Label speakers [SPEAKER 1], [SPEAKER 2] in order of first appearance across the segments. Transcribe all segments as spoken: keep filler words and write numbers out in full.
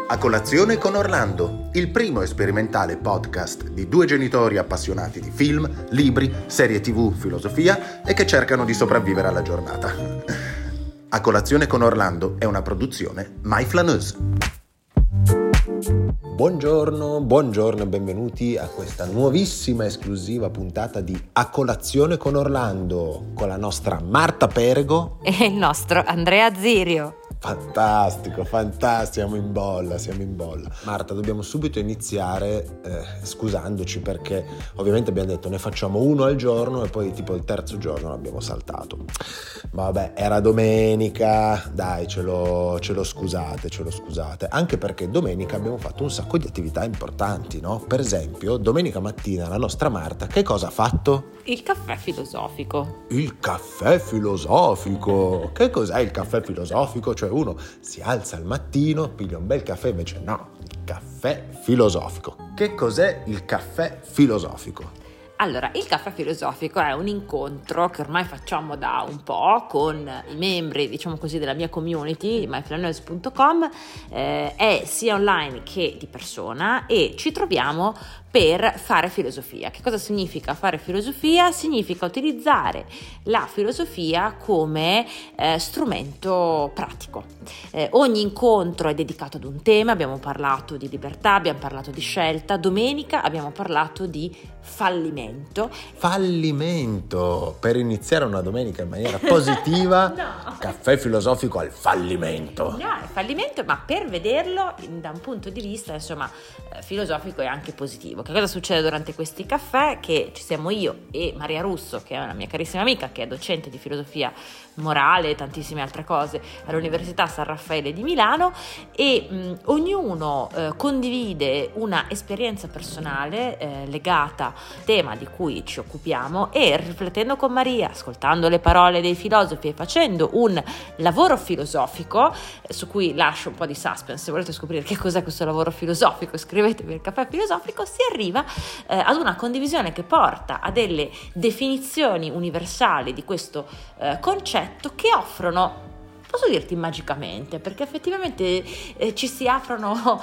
[SPEAKER 1] A colazione con Orlando, il primo e sperimentale podcast di due genitori appassionati di film, libri, serie tv, filosofia e che cercano di sopravvivere alla giornata. A colazione con Orlando è una produzione My Flaneuse. Buongiorno, buongiorno e benvenuti a questa nuovissima esclusiva puntata di A colazione con Orlando con la nostra Marta Perego
[SPEAKER 2] e il nostro Andrea Zirio.
[SPEAKER 1] Fantastico, fantastico, siamo in bolla, siamo in bolla. Marta, dobbiamo subito iniziare eh, scusandoci perché ovviamente abbiamo detto ne facciamo uno al giorno e poi tipo il terzo giorno l'abbiamo saltato. Ma vabbè, era domenica, dai, ce lo, ce lo scusate, ce lo scusate. Anche perché domenica abbiamo fatto un sacco di attività importanti, no? Per esempio, domenica mattina la nostra Marta che cosa ha fatto?
[SPEAKER 2] Il caffè filosofico.
[SPEAKER 1] Il caffè filosofico? Che cos'è il caffè filosofico? Cioè uno si alza al mattino, piglia un bel caffè, invece no, il caffè filosofico. Che cos'è il caffè filosofico?
[SPEAKER 2] Allora, il caffè filosofico è un incontro che ormai facciamo da un po' con i membri, diciamo così, della mia community, my flaneuse punto com, eh, è sia online che di persona e ci troviamo per fare filosofia. Che cosa significa fare filosofia? Significa utilizzare la filosofia come eh, strumento pratico. Eh, ogni incontro è dedicato ad un tema, abbiamo parlato di libertà, abbiamo parlato di scelta, domenica abbiamo parlato di fallimento.
[SPEAKER 1] Fallimento! Per iniziare una domenica in maniera positiva,
[SPEAKER 2] no.
[SPEAKER 1] Caffè filosofico al fallimento.
[SPEAKER 2] No, è fallimento, ma per vederlo da un punto di vista, insomma, eh, filosofico e anche positivo. Che cosa succede durante questi caffè? Che ci siamo io e Maria Russo, che è una mia carissima amica, che è docente di filosofia morale e tantissime altre cose all'Università San Raffaele di Milano e mh, ognuno eh, condivide una esperienza personale eh, legata al tema di cui ci occupiamo e riflettendo con Maria, ascoltando le parole dei filosofi e facendo un lavoro filosofico eh, su cui lascio un po' di suspense. Se volete scoprire che cos'è questo lavoro filosofico, iscrivetevi al caffè filosofico. Si arriva eh, ad una condivisione che porta a delle definizioni universali di questo eh, concetto che offrono, posso dirti magicamente, perché effettivamente eh, ci si aprono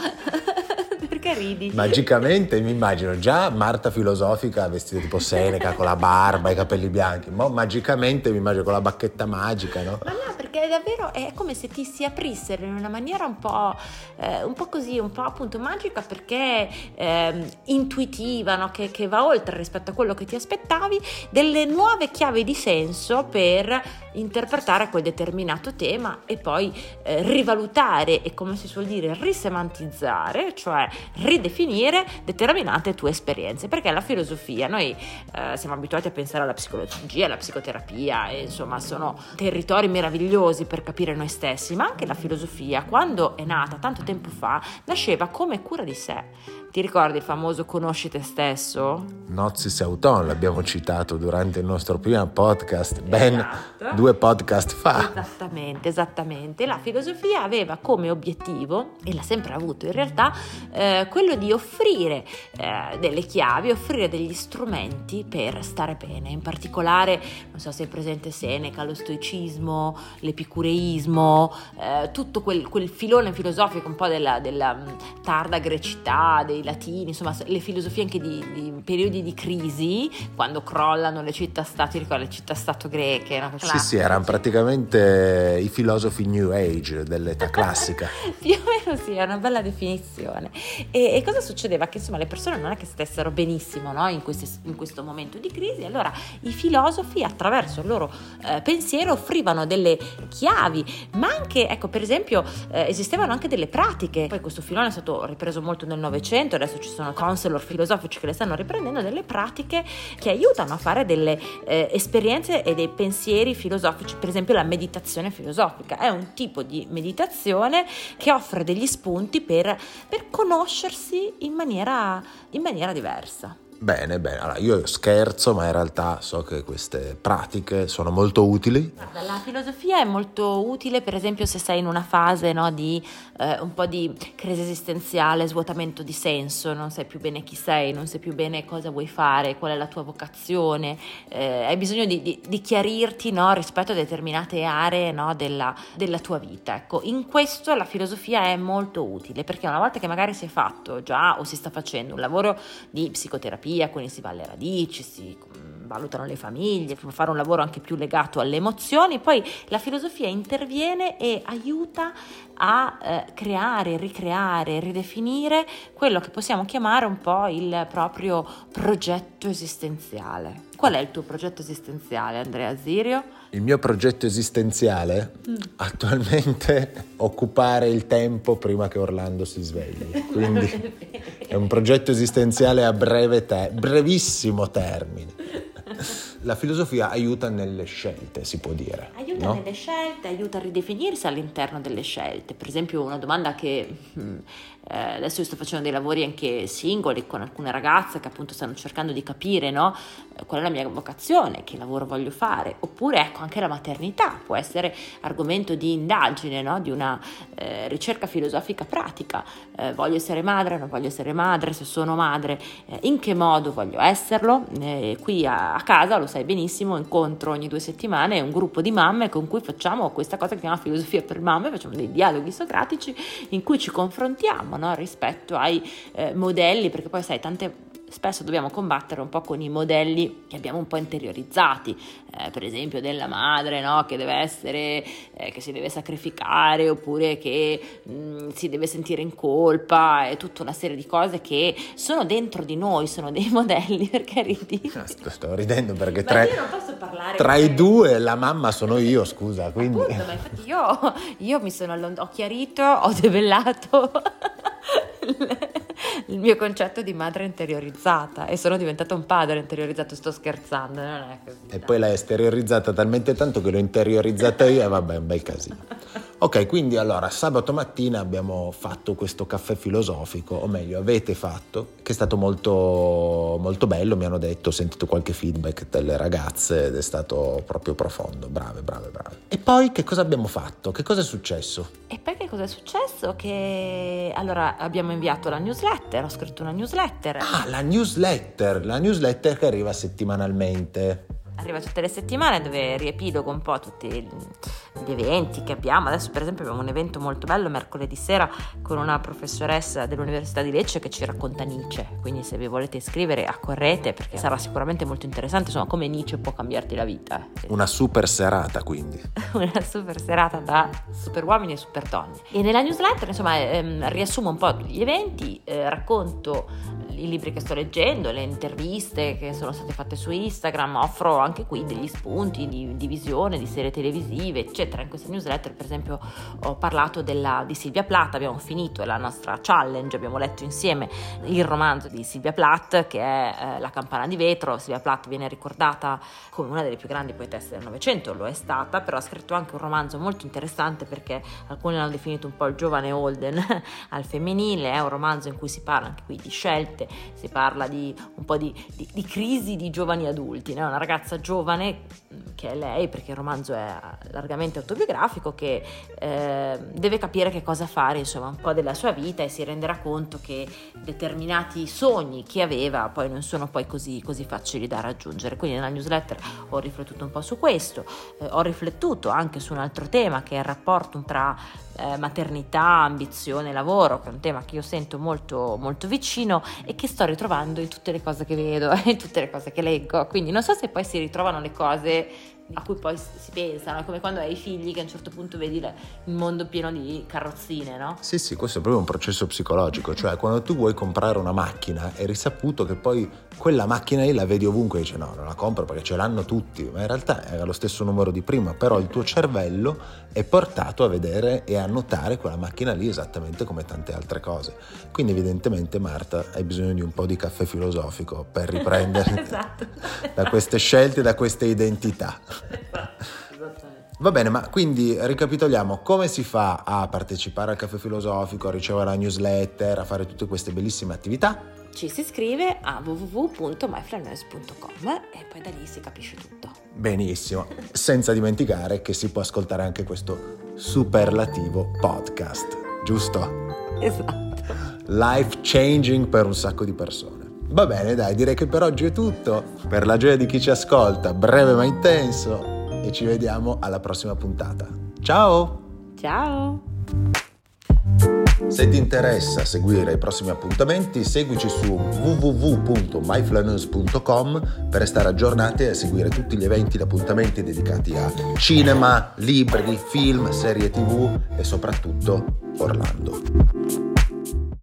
[SPEAKER 2] perché ridi?
[SPEAKER 1] Magicamente mi immagino già Marta filosofica vestita tipo Seneca con la barba e i capelli bianchi, ma magicamente mi immagino con la bacchetta magica, no?
[SPEAKER 2] Ma no, perché è davvero è come se ti si aprissero in una maniera un po', eh, un po' così, un po' appunto magica, perché eh, intuitiva, no? che, che va oltre rispetto a quello che ti aspettavi, delle nuove chiavi di senso per interpretare quel determinato tema e poi eh, rivalutare e, come si suol dire, risemantizzare, cioè ridefinire determinate tue esperienze, perché la filosofia, noi eh, siamo abituati a pensare alla psicologia, alla psicoterapia e insomma sono territori meravigliosi per capire noi stessi, ma anche la filosofia, quando è nata tanto tempo fa, nasceva come cura di sé. Ti ricordi il famoso conosci te stesso?
[SPEAKER 1] Nozis Auton, l'abbiamo citato durante il nostro primo podcast, ben
[SPEAKER 2] esatto.
[SPEAKER 1] due podcast fa.
[SPEAKER 2] Esattamente, esattamente. La filosofia aveva come obiettivo, e l'ha sempre avuto in realtà, eh, quello di offrire eh, delle chiavi, offrire degli strumenti per stare bene. In particolare, non so se è presente Seneca, lo stoicismo, l'epicureismo, eh, tutto quel, quel filone filosofico un po' della, della mh, tarda grecità, dei latini, insomma le filosofie anche di, di periodi di crisi, quando crollano le città-stato, ricordo le città-stato greche, no?
[SPEAKER 1] Sì, sì, erano praticamente i filosofi New Age dell'età classica.
[SPEAKER 2] Più o meno sì, è una bella definizione. E, e cosa succedeva? Che insomma le persone non è che stessero benissimo, no? in, questi, in questo momento di crisi, allora i filosofi attraverso il loro eh, pensiero offrivano delle chiavi, ma anche, ecco, per esempio eh, esistevano anche delle pratiche. Poi questo filone è stato ripreso molto nel Novecento, adesso ci sono counselor filosofici che le stanno riprendendo, delle pratiche che aiutano a fare delle eh, esperienze e dei pensieri filosofici. Per esempio la meditazione filosofica è un tipo di meditazione che offre degli spunti per, per conoscersi in maniera, in maniera diversa.
[SPEAKER 1] Bene, bene. Allora, io scherzo, ma in realtà so che queste pratiche sono molto utili.
[SPEAKER 2] Guarda, la filosofia è molto utile, per esempio, se sei in una fase, no, di eh, un po' di crisi esistenziale, svuotamento di senso, non sai più bene chi sei, non sai più bene cosa vuoi fare, qual è la tua vocazione, eh, hai bisogno di, di, di chiarirti, no, rispetto a determinate aree, no, della, della tua vita. Ecco, in questo la filosofia è molto utile, perché una volta che magari si è fatto già o si sta facendo un lavoro di psicoterapia, quindi si va alle radici, si valutano le famiglie, fare un lavoro anche più legato alle emozioni, poi la filosofia interviene e aiuta a eh, creare, ricreare, ridefinire quello che possiamo chiamare un po' il proprio progetto esistenziale. Qual è il tuo progetto esistenziale, Andrea Zirio?
[SPEAKER 1] Il mio progetto esistenziale? Mm. Attualmente occupare il tempo prima che Orlando si svegli. Quindi è un progetto esistenziale a breve te- brevissimo termine. La filosofia aiuta nelle scelte, si può dire.
[SPEAKER 2] Aiuta
[SPEAKER 1] no?
[SPEAKER 2] nelle scelte, aiuta a ridefinirsi all'interno delle scelte. Per esempio, una domanda che eh, adesso io sto facendo dei lavori anche singoli con alcune ragazze che appunto stanno cercando di capire, no? Qual è la mia vocazione, che lavoro voglio fare, oppure ecco anche la maternità può essere argomento di indagine, no? Di una eh, ricerca filosofica pratica. Eh, voglio essere madre, non voglio essere madre, se sono madre, eh, in che modo voglio esserlo? Eh, qui a, a casa, lo sai benissimo, incontro ogni due settimane un gruppo di mamme con cui facciamo questa cosa che si chiama filosofia per mamme, facciamo dei dialoghi socratici in cui ci confrontiamo, no? Rispetto ai eh, modelli, perché poi sai, tante spesso dobbiamo combattere un po' con i modelli che abbiamo un po' interiorizzati, eh, per esempio della madre, no? Che deve essere, eh, che si deve sacrificare, oppure che mh, si deve sentire in colpa, e tutta una serie di cose che sono dentro di noi, sono dei modelli. Perché ridi?
[SPEAKER 1] No, sto, sto ridendo perché
[SPEAKER 2] ma
[SPEAKER 1] tra,
[SPEAKER 2] io non posso parlare
[SPEAKER 1] tra i due la mamma sono io, scusa, quindi...
[SPEAKER 2] Appunto, ma infatti io, io mi sono allont- ho chiarito, ho debellato il mio concetto di madre interiorizzata e sono diventata un padre interiorizzato. Sto scherzando, non è così.
[SPEAKER 1] E poi l'hai esteriorizzata talmente tanto che l'ho interiorizzata io e vabbè, un bel casino. Ok, quindi allora sabato mattina abbiamo fatto questo caffè filosofico, o meglio avete fatto, che è stato molto, molto bello, mi hanno detto, ho sentito qualche feedback delle ragazze ed è stato proprio profondo, brave, brave, brave. E poi che cosa abbiamo fatto? Che cosa è successo?
[SPEAKER 2] E poi che cosa è successo? Che allora abbiamo inviato la newsletter, ho scritto una newsletter.
[SPEAKER 1] Ah, la newsletter, la newsletter che arriva settimanalmente.
[SPEAKER 2] Arriva tutte le settimane, dove riepilogo un po' tutti gli eventi che abbiamo. Adesso per esempio abbiamo un evento molto bello mercoledì sera con una professoressa dell'Università di Lecce che ci racconta Nietzsche, quindi se vi volete iscrivere accorrete, perché sarà sicuramente molto interessante, insomma, come Nietzsche può cambiarti la vita.
[SPEAKER 1] Una super serata, quindi.
[SPEAKER 2] Una super serata da super uomini e super donne. E nella newsletter insomma ehm, riassumo un po' gli eventi, eh, racconto i libri che sto leggendo, le interviste che sono state fatte su Instagram, offro anche qui degli spunti di, di visione, di serie televisive, eccetera. In questa newsletter per esempio ho parlato della, di Silvia Plath, abbiamo finito, è la nostra challenge, abbiamo letto insieme il romanzo di Silvia Plath che è eh, La campana di vetro. Silvia Plath viene ricordata come una delle più grandi poetesse del Novecento, lo è stata, però ha scritto anche un romanzo molto interessante perché alcuni l'hanno definito un po' il giovane Holden al femminile. È un romanzo in cui si parla anche qui di scelte, si parla di un po' di, di, di crisi di giovani adulti, no? Una ragazza giovane che è lei, perché il romanzo è largamente autobiografico, che eh, deve capire che cosa fare, insomma, un po' della sua vita, e si renderà conto che determinati sogni che aveva poi non sono poi così, così facili da raggiungere. Quindi nella newsletter ho riflettuto un po' su questo, eh, ho riflettuto anche su un altro tema che è il rapporto tra eh, maternità, ambizione, lavoro, che è un tema che io sento molto, molto vicino e che sto ritrovando in tutte le cose che vedo e in tutte le cose che leggo. Quindi non so se poi si ritrovano le cose a cui poi si pensano, è come quando hai figli che a un certo punto vedi il mondo pieno di carrozzine, no?
[SPEAKER 1] Sì, sì, questo è proprio un processo psicologico, cioè quando tu vuoi comprare una macchina è risaputo che poi quella macchina lì la vedi ovunque e dici no, non la compro perché ce l'hanno tutti, ma in realtà è lo stesso numero di prima, però il tuo cervello è portato a vedere e a notare quella macchina lì esattamente come tante altre cose. Quindi evidentemente Marta hai bisogno di un po' di caffè filosofico per riprendere
[SPEAKER 2] esatto.
[SPEAKER 1] da queste scelte, da queste identità.
[SPEAKER 2] Esatto, esattamente.
[SPEAKER 1] Va bene, ma quindi ricapitoliamo come si fa a partecipare al caffè filosofico, a ricevere la newsletter, a fare tutte queste bellissime attività?
[SPEAKER 2] Ci si iscrive a w w w punto my flaneurs punto com e poi da lì si capisce tutto.
[SPEAKER 1] Benissimo, senza dimenticare che si può ascoltare anche questo superlativo podcast, giusto?
[SPEAKER 2] Esatto.
[SPEAKER 1] Life changing per un sacco di persone. Va bene, dai, direi che per oggi è tutto. Per la gioia di chi ci ascolta, breve ma intenso, e ci vediamo alla prossima puntata. Ciao!
[SPEAKER 2] Ciao!
[SPEAKER 1] Se ti interessa seguire i prossimi appuntamenti, seguici su w w w punto my flaneurs punto com per restare aggiornati e seguire tutti gli eventi e appuntamenti dedicati a cinema, libri, film, serie tv e soprattutto Orlando.